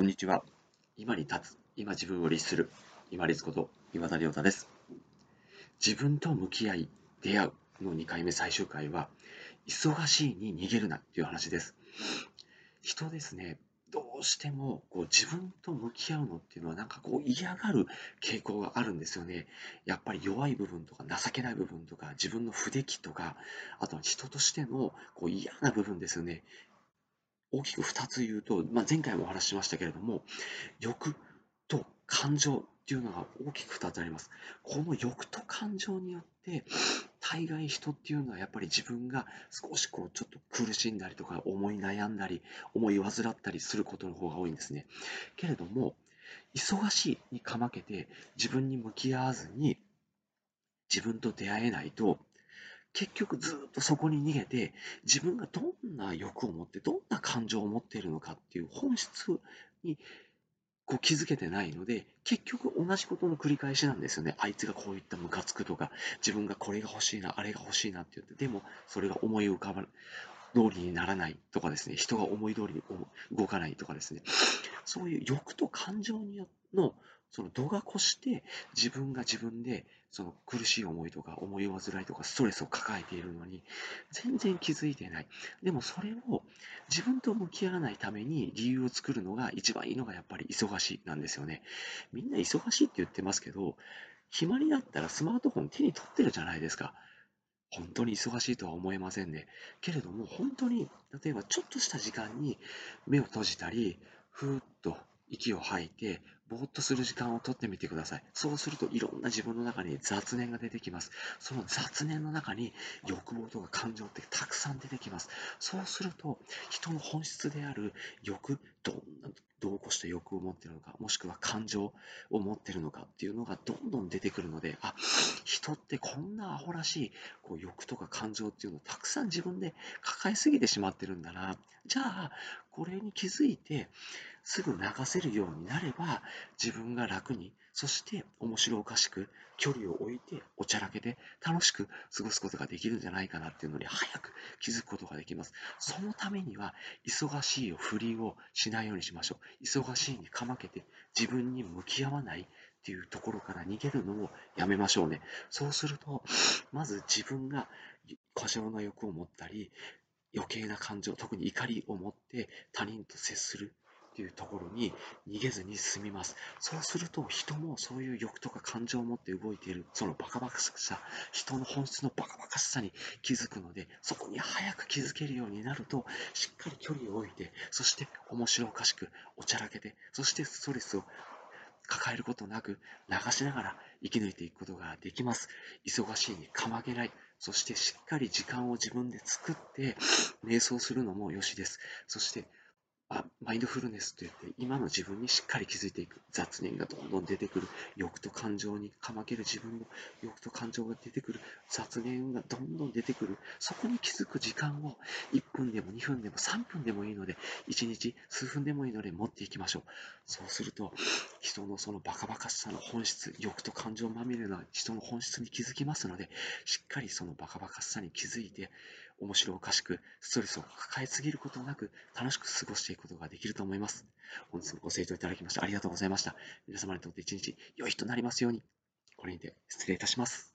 こんにちは。今に立つ、今自分を律する、今律こと岩田亮太です。自分と向き合い、出会うの2回目最終回は、忙しいに逃げるなっていう話です。人ですね、どうしても自分と向き合うのっていうのは嫌がる傾向があるんですよね。やっぱり弱い部分とか情けない部分とか自分の不出来とか、あとは人としての嫌な部分ですよね。大きく2つ言うと、前回もお話ししましたけれども、欲と感情っていうのが大きく2つあります。この欲と感情によって、大概人っていうのはやっぱり自分が少しちょっと苦しんだりとか思い悩んだり思い患ったりすることの方が多いんですね。けれども、忙しいにかまけて自分に向き合わずに自分と出会えないと、結局ずっとそこに逃げて、自分がどんな欲を持ってどんな感情を持っているのかっていう本質に気づけてないので、結局同じことの繰り返しなんですよね。あいつがこういったムカつくとか、自分がこれが欲しいな、あれが欲しいなって言って、でもそれが思い浮かば通りにならないとかですね、人が思い通りに動かないとかですね、そういう欲と感情によのその度が越して自分が自分でその苦しい思いとか思い煩いとかストレスを抱えているのに全然気づいていない。でもそれを自分と向き合わないために理由を作るのが一番いいのがやっぱり忙しいなんですよね。みんな忙しいって言ってますけど、暇になったらスマートフォン手に取ってるじゃないですか。本当に忙しいとは思えませんね。けれども、本当に、例えばちょっとした時間に目を閉じたり、ふーっと息を吐いて、ぼーっとする時間をとってみてください。そうするといろんな自分の中に雑念が出てきます。その雑念の中に欲望とか感情ってたくさん出てきます。そうすると、人の本質である欲、どう起こした欲を持っているのか、もしくは感情を持っているのかっていうのがどんどん出てくるので、人ってこんなアホらしい欲とか感情っていうのをたくさん自分で抱えすぎてしまってるんだな。じゃあ、これに気づいて、すぐ流せるようになれば、自分が楽に、そして面白おかしく、距離を置いて、おちゃらけて、楽しく過ごすことができるんじゃないかなっていうのに、早く気づくことができます。そのためには、忙しいをふりをしないようにしましょう。忙しいにかまけて、自分に向き合わないっていうところから逃げるのをやめましょうね。そうすると、まず自分が過剰な欲を持ったり、余計な感情、特に怒りを持って他人と接するっていうところに逃げずに済みます。そうすると人もそういう欲とか感情を持って動いている、そのバカバカしさ、人の本質のバカバカしさに気づくので、そこに早く気づけるようになると、しっかり距離を置いて、そして面白おかしくおちゃらけて、そしてストレスを抱えることなく流しながら生き抜いていくことができます。忙しいにかまけない。そしてしっかり時間を自分で作って瞑想するのもよしです。そしてマインドフルネスといって、今の自分にしっかり気づいていく。雑念がどんどん出てくる。欲と感情にかまける自分の欲と感情が出てくる。雑念がどんどん出てくる。そこに気づく時間を1分でも2分でも3分でもいいので、1日数分でもいいので持っていきましょう。そうすると、人のそのバカバカしさの本質、欲と感情まみれな人の本質に気づきますので、しっかりそのバカバカしさに気づいて、面白おかしく、ストレスを抱えすぎることなく、楽しく過ごしていくことができると思います。本日もご清聴いただきましてありがとうございました。皆様にとって一日良い日となりますように。これにて失礼いたします。